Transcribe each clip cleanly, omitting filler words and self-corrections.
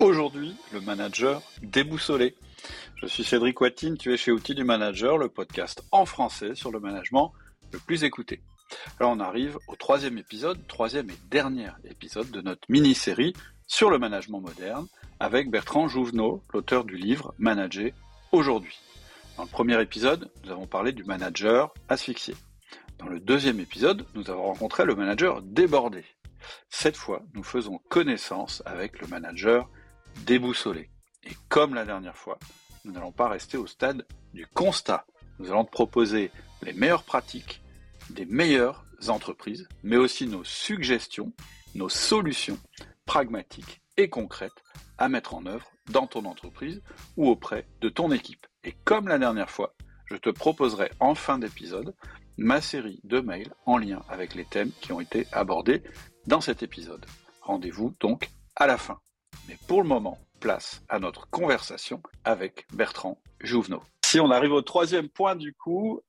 Aujourd'hui, le manager déboussolé. Je suis Cédric Watine, tu es chez Outils du Manager, le podcast en français sur le management le plus écouté. Alors on arrive au troisième et dernier épisode de notre mini-série sur le management moderne avec Bertrand Jouvenot, l'auteur du livre Manager aujourd'hui. Dans le premier épisode, nous avons parlé du manager asphyxié. Dans le deuxième épisode, nous avons rencontré le manager débordé. Cette fois, nous faisons connaissance avec le manager déboussolé. Et comme la dernière fois, nous n'allons pas rester au stade du constat. Nous allons te proposer les meilleures pratiques des meilleures entreprises, mais aussi nos suggestions, nos solutions pragmatiques et concrètes à mettre en œuvre dans ton entreprise ou auprès de ton équipe. Et comme la dernière fois, je te proposerai en fin d'épisode ma série de mails en lien avec les thèmes qui ont été abordés dans cet épisode. Rendez-vous donc à la fin. Mais pour le moment, place à notre conversation avec Bertrand Jouvenot. Si on arrive au troisième point du coup,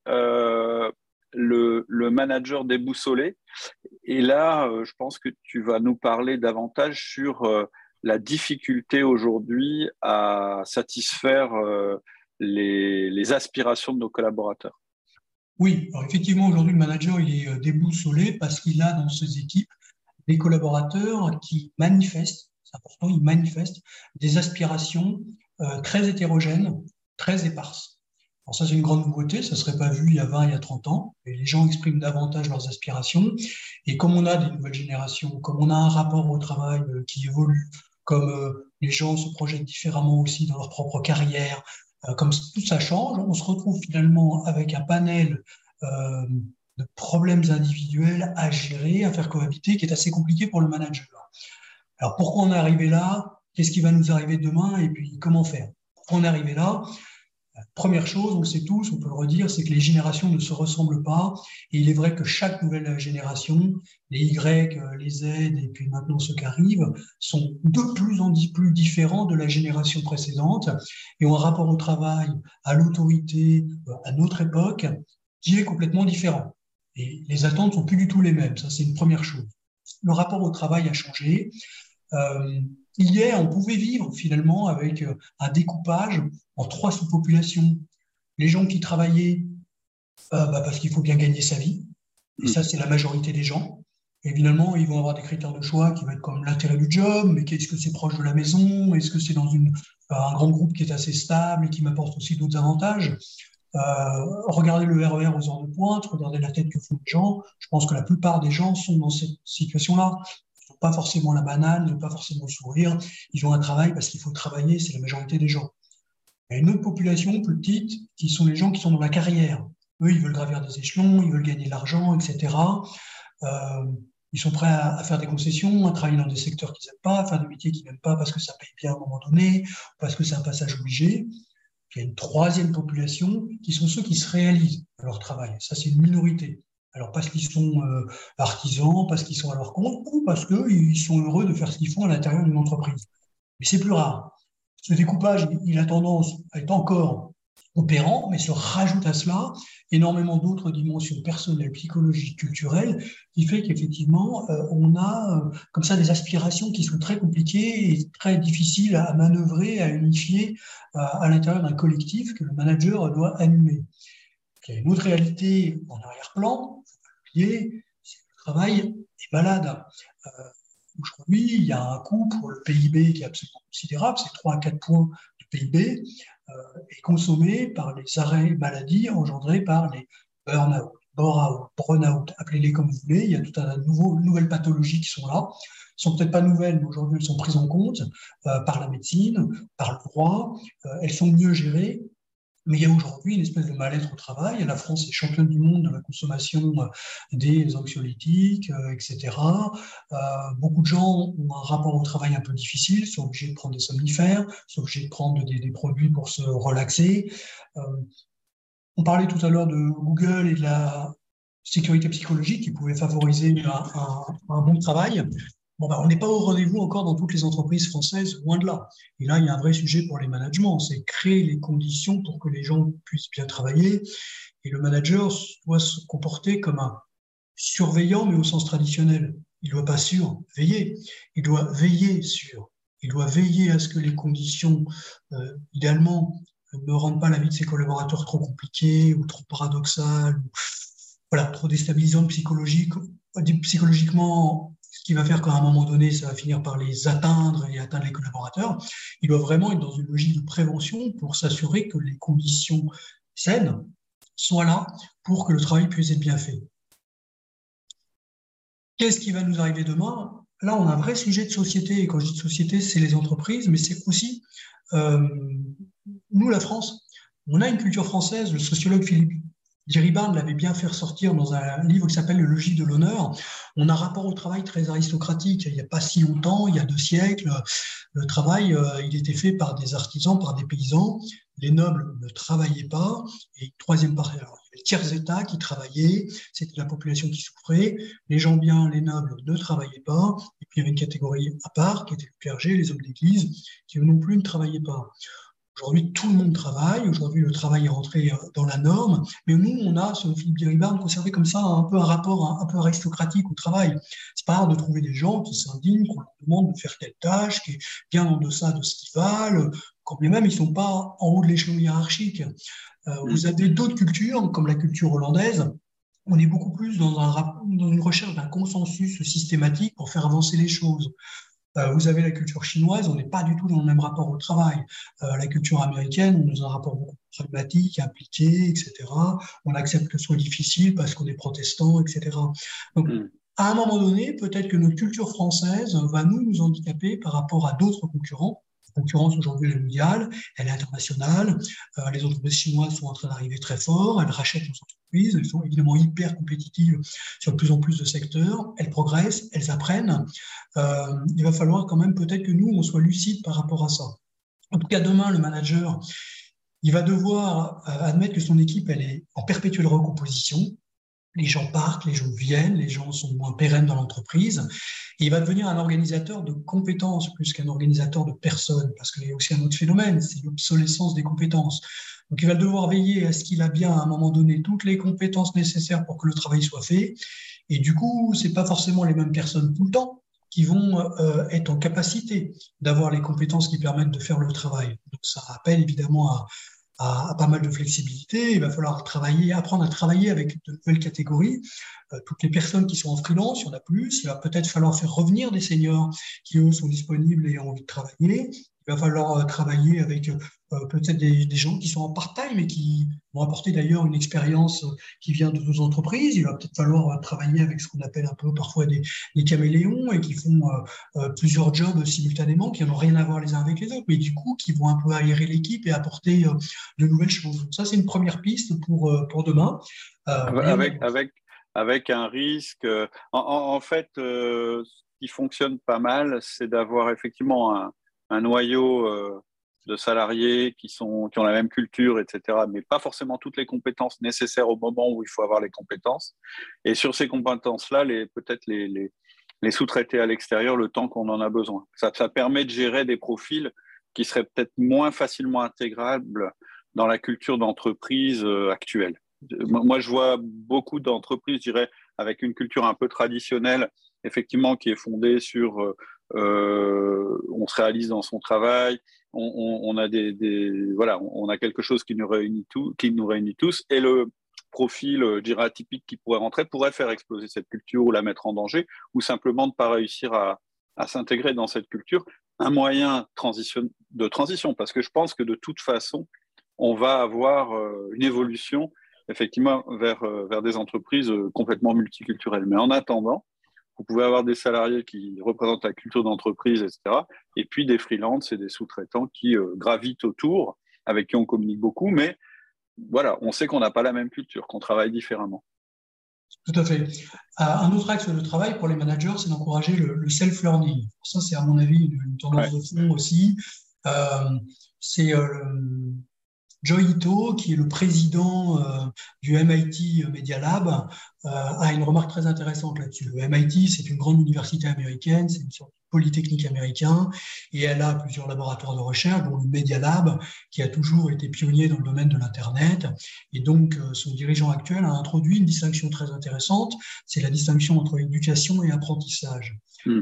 le manager déboussolé. Et là, je pense que tu vas nous parler davantage sur la difficulté aujourd'hui à satisfaire les aspirations de nos collaborateurs. Oui, alors effectivement, aujourd'hui, le manager il est déboussolé parce qu'il a dans ses équipes des collaborateurs qui manifestent, c'est important, ils manifestent des aspirations très hétérogènes, très éparses. Alors ça, c'est une grande nouveauté, ça ne serait pas vu il y a 20, il y a 30 ans, et les gens expriment davantage leurs aspirations, et comme on a des nouvelles générations, comme on a un rapport au travail qui évolue, comme les gens se projettent différemment aussi dans leur propre carrière, comme tout ça change, on se retrouve finalement avec un panel de problèmes individuels à gérer, à faire cohabiter, qui est assez compliqué pour le manager. Alors pourquoi on est arrivé là? Qu'est-ce qui va nous arriver demain? Et puis comment faire? Pourquoi on est arrivé là? Première chose, on le sait tous, on peut le redire, c'est que les générations ne se ressemblent pas. Et il est vrai que chaque nouvelle génération, les Y, les Z et puis maintenant ceux qui arrivent, sont de plus en plus différents de la génération précédente et ont un rapport au travail, à l'autorité, à notre époque, qui est complètement différent. Et les attentes sont plus du tout les mêmes. Ça, c'est une première chose. Le rapport au travail a changé. Hier, on pouvait vivre finalement avec un découpage en 3 sous-populations. Les gens qui travaillaient parce qu'il faut bien gagner sa vie, et ça c'est la majorité des gens. Et finalement, ils vont avoir des critères de choix qui vont être comme l'intérêt du job, mais est-ce que c'est proche de la maison, est-ce que c'est dans un grand groupe qui est assez stable et qui m'apporte aussi d'autres avantages. Regardez le RER aux heures de pointe, regardez la tête que font les gens. Je pense que la plupart des gens sont dans cette situation-là. Ils n'ont pas forcément la banane, ils n'ont pas forcément le sourire. Ils ont un travail parce qu'il faut travailler, c'est la majorité des gens. Il y a une autre population plus petite qui sont les gens qui sont dans la carrière. Eux, ils veulent gravir des échelons, ils veulent gagner de l'argent, etc. Ils sont prêts à faire des concessions, à travailler dans des secteurs qu'ils n'aiment pas, à faire des métiers qu'ils n'aiment pas parce que ça paye bien à un moment donné, parce que c'est un passage obligé. Il y a une troisième population qui sont ceux qui se réalisent à leur travail. Ça, c'est une minorité. Alors, parce qu'ils sont artisans, parce qu'ils sont à leur compte, ou parce qu'ils sont heureux de faire ce qu'ils font à l'intérieur d'une entreprise. Mais c'est plus rare. Ce découpage, il a tendance à être encore opérant, mais se rajoute à cela énormément d'autres dimensions personnelles, psychologiques, culturelles, qui fait qu'effectivement, on a comme ça des aspirations qui sont très compliquées et très difficiles à manœuvrer, à unifier à l'intérieur d'un collectif que le manager doit animer. Il y a une autre réalité en arrière-plan, il faut pas l'oublier, c'est que le travail est malade. Aujourd'hui, il y a un coût pour le PIB qui est absolument considérable, c'est 3 à 4 points de PIB, est consommé par les arrêts maladie engendrés par les burn-out, bore-out, burn-out, appelez-les comme vous voulez. Il y a tout un tas de nouvelles pathologies qui sont là. Elles sont peut-être pas nouvelles, mais aujourd'hui elles sont prises en compte par la médecine, par le droit. Elles sont mieux gérées. Mais il y a aujourd'hui une espèce de mal-être au travail. La France est championne du monde de la consommation des anxiolytiques, etc. Beaucoup de gens ont un rapport au travail un peu difficile, sont obligés de prendre des somnifères, sont obligés de prendre des produits pour se relaxer. On parlait tout à l'heure de Google et de la sécurité psychologique qui pouvait favoriser un bon travail. On n'est pas au rendez-vous encore dans toutes les entreprises françaises, loin de là. Et là, il y a un vrai sujet pour les managements, c'est créer les conditions pour que les gens puissent bien travailler. Et le manager doit se comporter comme un surveillant, mais au sens traditionnel. Il ne doit pas surveiller, il doit veiller sur. il doit veiller à ce que les conditions, idéalement, ne rendent pas la vie de ses collaborateurs trop compliquée ou trop paradoxale, ou, voilà, trop déstabilisante psychologiquement, ce qui va faire qu'à un moment donné, ça va finir par les atteindre et atteindre les collaborateurs. Il doit vraiment être dans une logique de prévention pour s'assurer que les conditions saines soient là pour que le travail puisse être bien fait. Qu'est-ce qui va nous arriver demain? Là, on a un vrai sujet de société, et quand je dis de société, c'est les entreprises, mais c'est aussi nous, la France. On a une culture française, le sociologue Philippe Giribard l'avait bien fait ressortir dans un livre qui s'appelle Le logis de l'honneur. On a un rapport au travail très aristocratique. Il n'y a pas si longtemps, il y a 2 siècles, le travail, il était fait par des artisans, par des paysans. Les nobles ne travaillaient pas. Et troisième partie, alors, il y avait le tiers-état qui travaillait, c'était la population qui souffrait. Les gens bien, les nobles ne travaillaient pas. Et puis il y avait une catégorie à part, qui était le clergé, les hommes d'église, qui eux non plus ne travaillaient pas. Aujourd'hui, tout le monde travaille. Aujourd'hui, le travail est rentré dans la norme. Mais nous, on a, selon Philippe Giribard, conservé comme ça un peu un rapport un peu aristocratique au travail. C'est pas rare de trouver des gens qui s'indignent, qu'on leur demande de faire telle tâche, qui est bien en deçà de ce qu'ils valent, quand bien même ils ne sont pas en haut de l'échelon hiérarchique. Vous avez d'autres cultures, comme la culture hollandaise. On est beaucoup plus dans une recherche d'un consensus systématique pour faire avancer les choses. Vous avez la culture chinoise, on n'est pas du tout dans le même rapport au travail. La culture américaine, on est dans un rapport beaucoup plus pragmatique, impliqué, etc. On accepte que ce soit difficile parce qu'on est protestant, etc. Donc, à un moment donné, peut-être que notre culture française va nous handicaper par rapport à d'autres concurrents. La concurrence aujourd'hui elle est mondiale, elle est internationale. Les entreprises chinoises sont en train d'arriver très fort, elles rachètent nos entreprises, elles sont évidemment hyper compétitives sur de plus en plus de secteurs, elles progressent, elles apprennent. Il va falloir quand même peut-être que nous, on soit lucide par rapport à ça. En tout cas, demain, le manager, il va devoir admettre que son équipe, elle est en perpétuelle recomposition. Les gens partent, les gens viennent, les gens sont moins pérennes dans l'entreprise. Et il va devenir un organisateur de compétences plus qu'un organisateur de personnes, parce qu'il y a aussi un autre phénomène, c'est l'obsolescence des compétences. Donc il va devoir veiller à ce qu'il a bien, à un moment donné, toutes les compétences nécessaires pour que le travail soit fait. Et du coup, ce n'est pas forcément les mêmes personnes tout le temps qui vont être en capacité d'avoir les compétences qui permettent de faire le travail. Donc ça appelle évidemment à pas mal de flexibilité. Il va falloir apprendre à travailler avec de nouvelles catégories. Toutes les personnes qui sont en freelance, il y en a plus. Il va peut-être falloir faire revenir des seniors qui, eux, sont disponibles et ont envie de travailler. Il va falloir travailler avec peut-être des gens qui sont en part-time et qui vont apporter d'ailleurs une expérience qui vient de nos entreprises. Il va peut-être falloir travailler avec ce qu'on appelle un peu parfois des caméléons et qui font plusieurs jobs simultanément, qui n'ont rien à voir les uns avec les autres, mais du coup qui vont un peu aérer l'équipe et apporter de nouvelles choses. Ça, c'est une première piste pour demain. Avec un risque. En fait, ce qui fonctionne pas mal, c'est d'avoir effectivement un noyau de salariés qui ont la même culture, etc., mais pas forcément toutes les compétences nécessaires au moment où il faut avoir les compétences. Et sur ces compétences-là, peut-être les sous-traiter à l'extérieur le temps qu'on en a besoin. Ça permet de gérer des profils qui seraient peut-être moins facilement intégrables dans la culture d'entreprise actuelle. Moi, je vois beaucoup d'entreprises, je dirais, avec une culture un peu traditionnelle, effectivement, qui est fondée sur on se réalise dans son travail, on a on a quelque chose qui nous réunit tous, et le profil, je dirais, atypique qui pourrait faire exploser cette culture ou la mettre en danger, ou simplement de ne pas réussir à s'intégrer dans cette culture. Un moyen de transition, parce que je pense que de toute façon, on va avoir une évolution effectivement vers des entreprises complètement multiculturelles. Mais en attendant, vous pouvez avoir des salariés qui représentent la culture d'entreprise, etc., et puis des freelances et des sous-traitants qui gravitent autour, avec qui on communique beaucoup, mais voilà, on sait qu'on n'a pas la même culture, qu'on travaille différemment. Tout à fait. Un autre axe de travail pour les managers, c'est d'encourager le self-learning. Ça, c'est à mon avis une tendance de fond aussi. C'est Joe Ito, qui est le président du MIT Media Lab, a une remarque très intéressante là-dessus. Le MIT, c'est une grande université américaine, c'est une sorte de polytechnique américain, et elle a plusieurs laboratoires de recherche, dont le Media Lab, qui a toujours été pionnier dans le domaine de l'Internet. Et donc, son dirigeant actuel a introduit une distinction très intéressante, c'est la distinction entre éducation et apprentissage.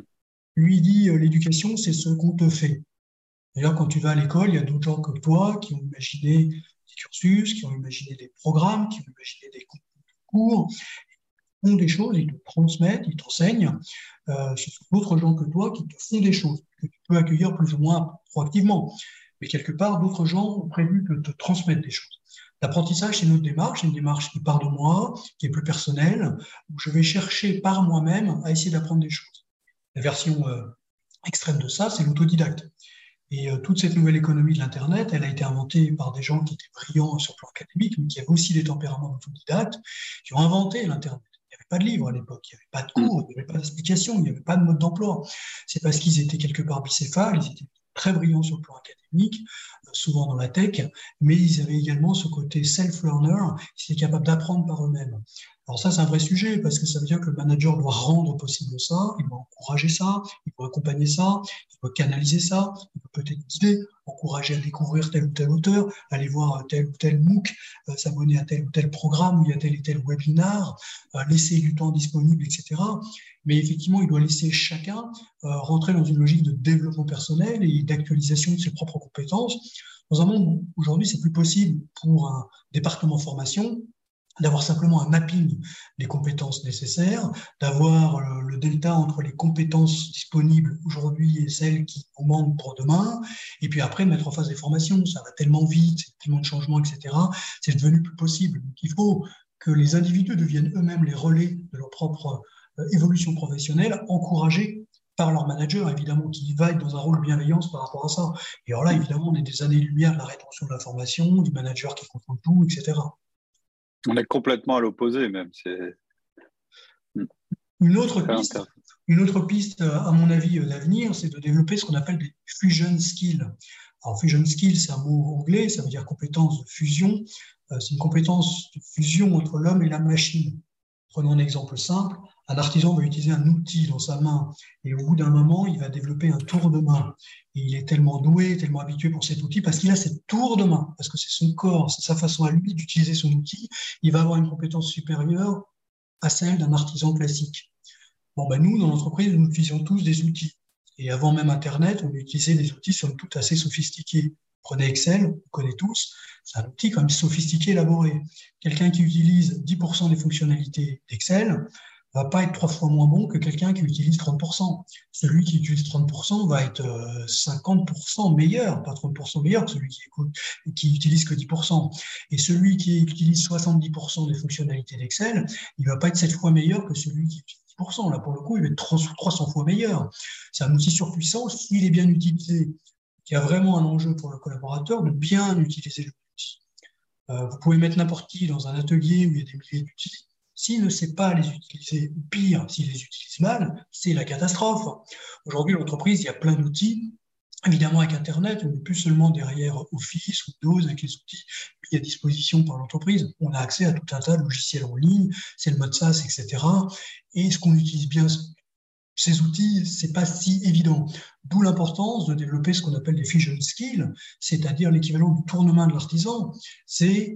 lui dit l'éducation, c'est ce qu'on te fait. D'ailleurs, quand tu vas à l'école, il y a d'autres gens comme toi qui ont imaginé des cursus, qui ont imaginé des programmes, qui ont imaginé des cours, font des choses, ils te transmettent, ils t'enseignent. Ce sont d'autres gens que toi qui te font des choses, que tu peux accueillir plus ou moins proactivement. Mais quelque part, d'autres gens ont prévu de te transmettre des choses. L'apprentissage, c'est une démarche qui part de moi, qui est plus personnelle, où je vais chercher par moi-même à essayer d'apprendre des choses. La version extrême de ça, c'est l'autodidacte. Et toute cette nouvelle économie de l'Internet, elle a été inventée par des gens qui étaient brillants sur le plan académique, mais qui avaient aussi des tempéraments d'autodidactes, qui ont inventé l'Internet. Il n'y avait pas de livre à l'époque, il n'y avait pas de cours, il n'y avait pas d'explication, il n'y avait pas de mode d'emploi. C'est parce qu'ils étaient quelque part bicéphales, ils étaient très brillants sur le plan académique, souvent dans la tech, mais ils avaient également ce côté self-learner, ils étaient capables d'apprendre par eux-mêmes. Alors ça, c'est un vrai sujet, parce que ça veut dire que le manager doit rendre possible ça, il doit encourager ça, il doit accompagner ça, il doit canaliser ça, il doit peut-être guider, encourager à découvrir tel ou tel auteur, aller voir tel ou tel MOOC, s'abonner à tel ou tel programme où il y a tel et tel webinar, laisser du temps disponible, etc. Mais effectivement, il doit laisser chacun rentrer dans une logique de développement personnel et d'actualisation de ses propres compétences. Dans un monde où aujourd'hui, c'est plus possible pour un département formation d'avoir simplement un mapping des compétences nécessaires, d'avoir le delta entre les compétences disponibles aujourd'hui et celles qui nous manquent pour demain, et puis après mettre en face des formations. Ça va tellement vite, tellement de changements, etc. C'est devenu plus possible. Donc, il faut que les individus deviennent eux-mêmes les relais de leur propre évolution professionnelle, encouragés par leur manager, évidemment, qui va être dans un rôle de bienveillance par rapport à ça. Et alors là, évidemment, on est des années-lumière de la rétention de l'information, du manager qui contrôle tout, etc. On est complètement à l'opposé même. C'est Une autre piste, à mon avis, d'avenir, c'est de développer ce qu'on appelle des fusion skills. Alors, fusion skills, c'est un mot anglais, ça veut dire compétence de fusion. C'est une compétence de fusion entre l'homme et la machine. Prenons un exemple simple. Un artisan va utiliser un outil dans sa main et au bout d'un moment, il va développer un tour de main. Et il est tellement doué, tellement habitué pour cet outil parce qu'il a cette tour de main, parce que c'est son corps, c'est sa façon à lui d'utiliser son outil. Il va avoir une compétence supérieure à celle d'un artisan classique. Bon, ben nous, dans l'entreprise, nous utilisions tous des outils. Et avant même Internet, on utilisait des outils somme toute assez sophistiqués. Prenez Excel, on connaît tous, c'est un outil quand même sophistiqué, élaboré. Quelqu'un qui utilise 10% des fonctionnalités d'Excel va pas être 3 fois moins bon que quelqu'un qui utilise 30%. Celui qui utilise 30% va être 50% meilleur, pas 30% meilleur que celui qui utilise que 10%. Et celui qui utilise 70% des fonctionnalités d'Excel, il va pas être 7 fois meilleur que celui qui utilise 10%. Là, pour le coup, il va être 300 fois meilleur. C'est un outil surpuissant s'il est bien utilisé. Il y a vraiment un enjeu pour le collaborateur de bien utiliser l'outil. Vous pouvez mettre n'importe qui dans un atelier où il y a des milliers d'outils. S'il ne sait pas les utiliser, ou pire, s'il les utilise mal, c'est la catastrophe. Aujourd'hui, l'entreprise, il y a plein d'outils. Évidemment, avec Internet, on n'est plus seulement derrière Office ou Windows avec les outils mis à disposition par l'entreprise. On a accès à tout un tas de logiciels en ligne, c'est le mode SaaS, etc. Et est-ce qu'on utilise bien ces outils? C'est pas si évident. D'où l'importance de développer ce qu'on appelle des fusion skills, c'est-à-dire l'équivalent du tournement de l'artisan. C'est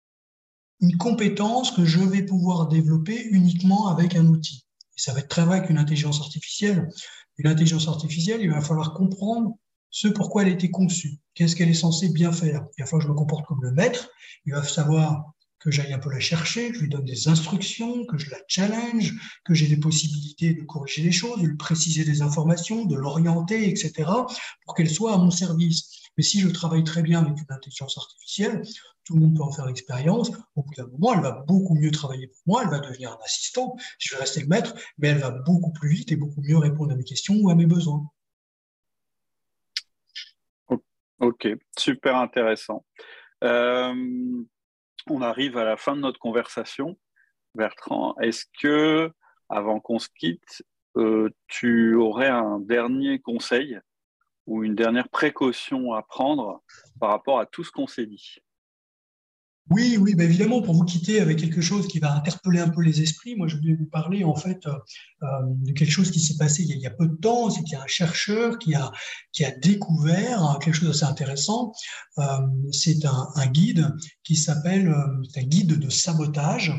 une compétence que je vais pouvoir développer uniquement avec un outil. Et ça va être très vrai qu'une intelligence artificielle. Une intelligence artificielle, il va falloir comprendre ce pourquoi elle a été conçue. Qu'est-ce qu'elle est censée bien faire? Il va falloir que je me comporte comme le maître. Il va falloir que j'aille un peu la chercher, que je lui donne des instructions, que je la challenge, que j'ai des possibilités de corriger les choses, de lui préciser des informations, de l'orienter, etc., pour qu'elle soit à mon service. Mais si je travaille très bien avec une intelligence artificielle, tout le monde peut en faire l'expérience, au bout d'un moment, elle va beaucoup mieux travailler pour moi, elle va devenir un assistant, je vais rester le maître, mais elle va beaucoup plus vite et beaucoup mieux répondre à mes questions ou à mes besoins. Ok, super intéressant. On arrive à la fin de notre conversation. Bertrand, est-ce que, avant qu'on se quitte, tu aurais un dernier conseil ou une dernière précaution à prendre par rapport à tout ce qu'on s'est dit? Oui, oui, bah évidemment, pour vous quitter avec quelque chose qui va interpeller un peu les esprits, moi je voulais vous parler en fait de quelque chose qui s'est passé il y a peu de temps, c'est qu'il y a un chercheur qui a découvert quelque chose d'assez intéressant. C'est un guide qui s'appelle un guide de sabotage.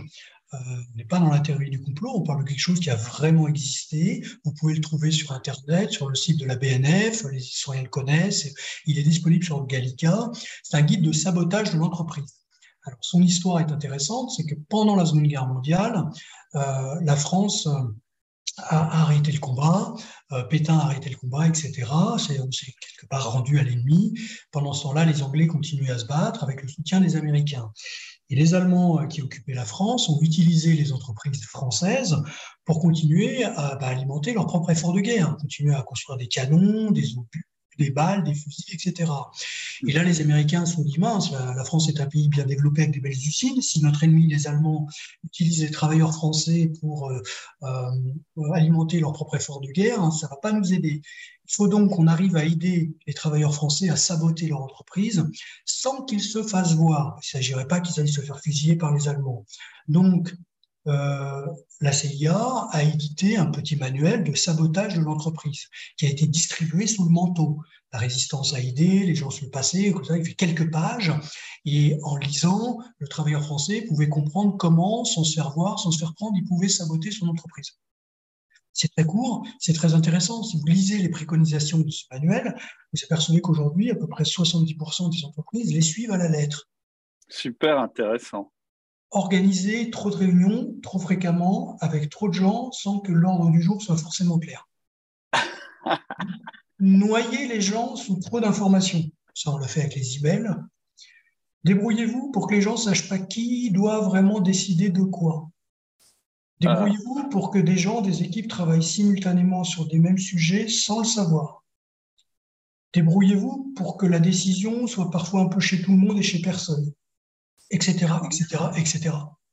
on n'est pas dans la théorie du complot, on parle de quelque chose qui a vraiment existé. Vous pouvez le trouver sur Internet, sur le site de la BNF, les historiens le connaissent, il est disponible sur le Gallica. C'est un guide de sabotage de l'entreprise. Alors, son histoire est intéressante, c'est que pendant la Seconde Guerre mondiale, la France a arrêté le combat, Pétain a arrêté le combat, etc. On s'est quelque part rendu à l'ennemi. Pendant ce temps-là, les Anglais continuaient à se battre avec le soutien des Américains. Et les Allemands qui occupaient la France ont utilisé les entreprises françaises pour continuer à alimenter leur propre effort de guerre, continuer à construire des canons, des obus, des balles, des fusils, etc. Et là, les Américains se sont dit, mince, la France est un pays bien développé avec des belles usines. Si notre ennemi, les Allemands, utilise les travailleurs français pour alimenter leur propre effort de guerre, ça ne va pas nous aider. Il faut donc qu'on arrive à aider les travailleurs français à saboter leur entreprise sans qu'ils se fassent voir. Il ne s'agirait pas qu'ils aillent se faire fusiller par les Allemands. Donc, la CIA a édité un petit manuel de sabotage de l'entreprise qui a été distribué sous le manteau. La résistance a aidé, les gens se le passaient, comme ça, il fait quelques pages. Et en lisant, le travailleur français pouvait comprendre comment, sans se faire voir, sans se faire prendre, il pouvait saboter son entreprise. C'est très court, c'est très intéressant. Si vous lisez les préconisations de ce manuel, vous apercevez qu'aujourd'hui, à peu près 70% des entreprises les suivent à la lettre. Super intéressant. Organiser trop de réunions, trop fréquemment, avec trop de gens, sans que l'ordre du jour soit forcément clair. Noyer les gens sous trop d'informations. Ça, on l'a fait avec les emails. Débrouillez-vous pour que les gens ne sachent pas qui doit vraiment décider de quoi. Débrouillez-vous pour que des gens, des équipes travaillent simultanément sur des mêmes sujets sans le savoir. Débrouillez-vous pour que la décision soit parfois un peu chez tout le monde et chez personne, etc., etc., etc.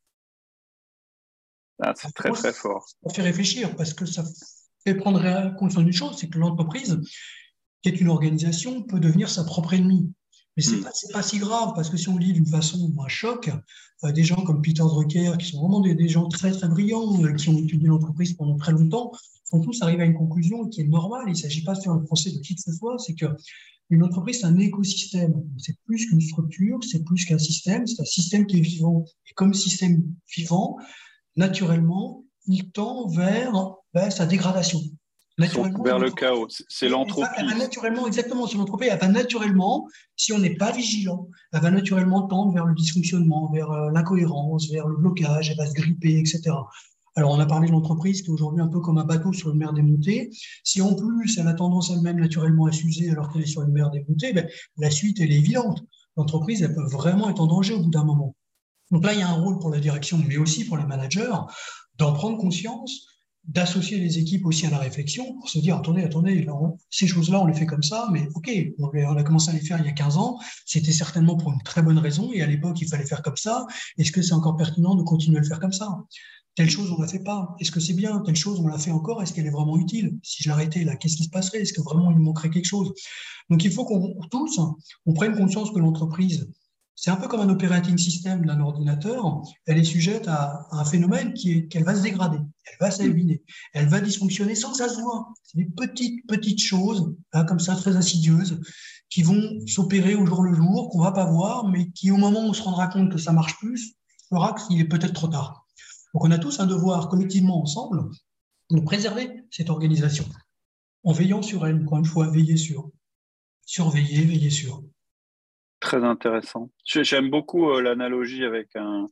C'est très, très fort. Ça fait réfléchir parce que ça fait prendre conscience d'une chose, c'est que l'entreprise, qui est une organisation, peut devenir sa propre ennemie. Mais c'est pas si grave, parce que si on lit d'une façon un choc, des gens comme Peter Drucker, qui sont vraiment des gens très, très brillants, qui ont étudié l'entreprise pendant très longtemps, vont tous arriver à une conclusion qui est normale. Il ne s'agit pas de faire un procès de qui que ce soit, c'est qu'une entreprise, c'est un écosystème. C'est plus qu'une structure, c'est plus qu'un système, c'est un système qui est vivant. Et comme système vivant, naturellement, il tend vers sa dégradation. Naturellement, vers le chaos. C'est l'entropie. Elle va naturellement, exactement, c'est l'entropie. Elle va naturellement, si on n'est pas vigilant, elle va naturellement tendre vers le dysfonctionnement, vers l'incohérence, vers le blocage, elle va se gripper, etc. Alors, on a parlé de l'entreprise qui est aujourd'hui un peu comme un bateau sur une mer démontée. Si en plus, elle a tendance elle-même naturellement à s'user alors qu'elle est sur une mer démontée, la suite, elle est évidente. L'entreprise, elle peut vraiment être en danger au bout d'un moment. Donc là, il y a un rôle pour la direction, mais aussi pour les managers, d'en prendre conscience, d'associer les équipes aussi à la réflexion pour se dire, attendez, ces choses-là, on les fait comme ça, mais OK, on a commencé à les faire il y a 15 ans, c'était certainement pour une très bonne raison, et à l'époque, il fallait faire comme ça. Est-ce que c'est encore pertinent de continuer à le faire comme ça? Telle chose, on ne la fait pas. Est-ce que c'est bien? Telle chose, on la fait encore. Est-ce qu'elle est vraiment utile? Si je l'arrêtais là, qu'est-ce qui se passerait? Est-ce que vraiment il manquerait quelque chose? Donc, il faut qu'on tous, on prenne conscience que l'entreprise, c'est un peu comme un operating system d'un ordinateur. Elle est sujette à un phénomène qu'elle va se dégrader, elle va s'abîmer, elle va dysfonctionner sans que ça se voit. C'est des petites choses, là, comme ça, très insidieuses, qui vont s'opérer au jour le jour, qu'on ne va pas voir, mais qui, au moment où on se rendra compte que ça ne marche plus, fera qu'il est peut-être trop tard. Donc, on a tous un devoir collectivement ensemble de préserver cette organisation en veillant sur elle, encore une fois, veiller sur, surveiller, veiller sur. Très intéressant. J'aime beaucoup l'analogie avec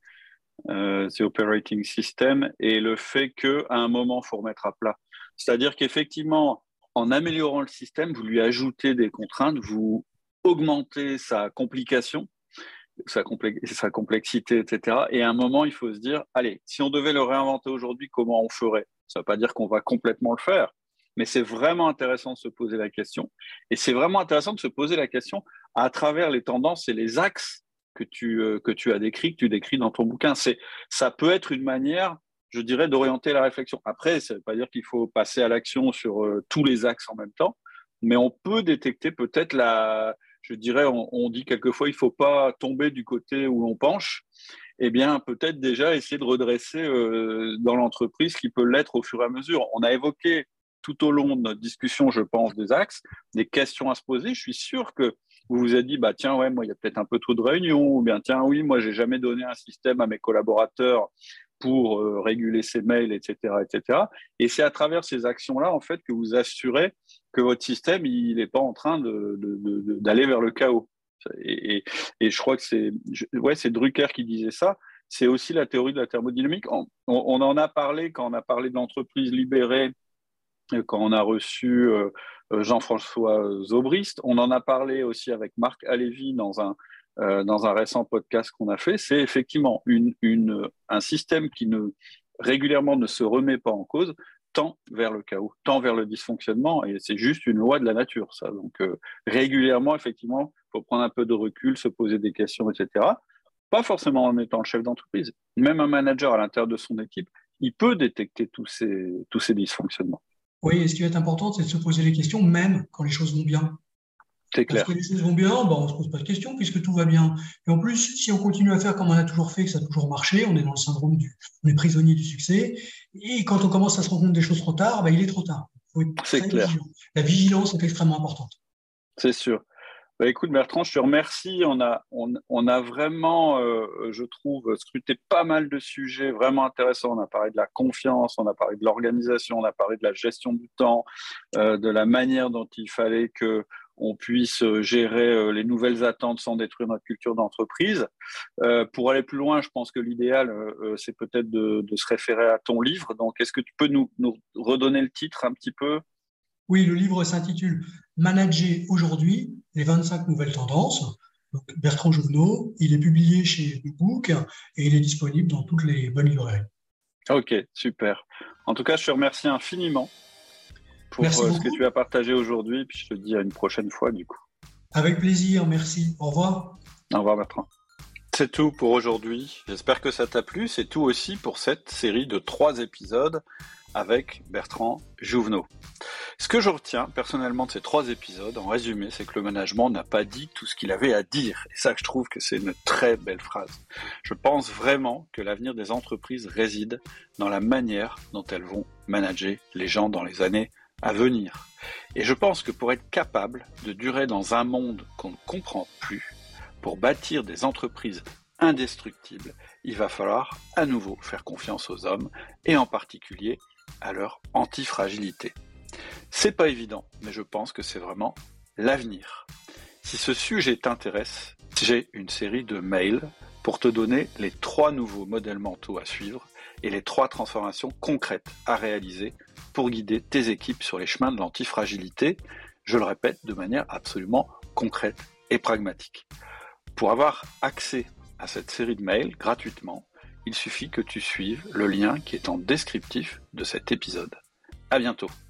The Operating System et le fait qu'à un moment, il faut remettre à plat. C'est-à-dire qu'effectivement, en améliorant le système, vous lui ajoutez des contraintes, vous augmentez sa complication, sa complexité, etc. Et à un moment, il faut se dire, allez, si on devait le réinventer aujourd'hui, comment on ferait? Ça ne veut pas dire qu'on va complètement le faire, mais c'est vraiment intéressant de se poser la question. Et c'est vraiment intéressant de se poser la question à travers les tendances et les axes que tu as décrits, que tu décris dans ton bouquin. Ça peut être une manière, je dirais, d'orienter la réflexion. Après, ça ne veut pas dire qu'il faut passer à l'action sur tous les axes en même temps, mais on peut détecter peut-être je dirais, on dit quelquefois, il ne faut pas tomber du côté où on penche. Eh bien, peut-être déjà essayer de redresser dans l'entreprise qui peut l'être au fur et à mesure. On a évoqué tout au long de notre discussion, je pense, des axes, des questions à se poser. Je suis sûr que vous vous êtes dit, bah tiens, ouais, moi, il y a peut-être un peu trop de réunions, ou bien tiens, oui, moi, j'ai jamais donné un système à mes collaborateurs pour réguler ses mails, etc., etc. Et c'est à travers ces actions-là, en fait, que vous assurez que votre système, il n'est pas en train d'aller vers le chaos. Et je crois que c'est Drucker qui disait ça. C'est aussi la théorie de la thermodynamique. On en a parlé quand on a parlé de l'entreprise libérée, quand on a reçu Jean-François Zobrist. On en a parlé aussi avec Marc Alévi dans un récent podcast qu'on a fait. C'est effectivement un système qui régulièrement ne se remet pas en cause, tend vers le chaos, tend vers le dysfonctionnement, et c'est juste une loi de la nature, ça. Donc régulièrement, effectivement, il faut prendre un peu de recul, se poser des questions, etc. Pas forcément en étant le chef d'entreprise. Même un manager à l'intérieur de son équipe, il peut détecter tous ces dysfonctionnements. Oui, et ce qui va être important, c'est de se poser les questions, même quand les choses vont bien. C'est clair. Parce que les choses vont bien, on ne se pose pas de questions puisque tout va bien. Et en plus, si on continue à faire comme on a toujours fait, que ça a toujours marché, on est dans le syndrome on est prisonnier du succès. Et quand on commence à se rendre compte des choses trop tard, il est trop tard. Il faut être très vigilant. La vigilance est extrêmement importante. C'est sûr. Écoute Bertrand, je te remercie. On a vraiment, je trouve, scruté pas mal de sujets vraiment intéressants. On a parlé de la confiance, on a parlé de l'organisation, on a parlé de la gestion du temps, de la manière dont il fallait qu'on puisse gérer les nouvelles attentes sans détruire notre culture d'entreprise. Pour aller plus loin, je pense que l'idéal, c'est peut-être de se référer à ton livre. Donc, est-ce que tu peux nous redonner le titre un petit peu ? Oui, le livre s'intitule « Manager aujourd'hui, les 25 nouvelles tendances ». Donc, Bertrand Jouvenot, il est publié chez The Book et il est disponible dans toutes les bonnes librairies. Ok, super. En tout cas, je te remercie infiniment pour ce que tu as partagé aujourd'hui. Puis je te dis à une prochaine fois, du coup. Avec plaisir, merci. Au revoir. Au revoir, Bertrand. C'est tout pour aujourd'hui. J'espère que ça t'a plu. C'est tout aussi pour cette série de 3 épisodes avec Bertrand Jouvenot. Ce que je retiens personnellement de ces 3 épisodes, en résumé, c'est que le management n'a pas dit tout ce qu'il avait à dire. Et ça, je trouve que c'est une très belle phrase. Je pense vraiment que l'avenir des entreprises réside dans la manière dont elles vont manager les gens dans les années à venir. Et je pense que pour être capable de durer dans un monde qu'on ne comprend plus, pour bâtir des entreprises indestructibles, il va falloir à nouveau faire confiance aux hommes et en particulier à leur antifragilité. C'est pas évident, mais je pense que c'est vraiment l'avenir. Si ce sujet t'intéresse, j'ai une série de mails pour te donner les 3 nouveaux modèles mentaux à suivre et les 3 transformations concrètes à réaliser pour guider tes équipes sur les chemins de l'antifragilité, je le répète, de manière absolument concrète et pragmatique. Pour avoir accès à cette série de mails gratuitement, il suffit que tu suives le lien qui est en descriptif de cet épisode. À bientôt.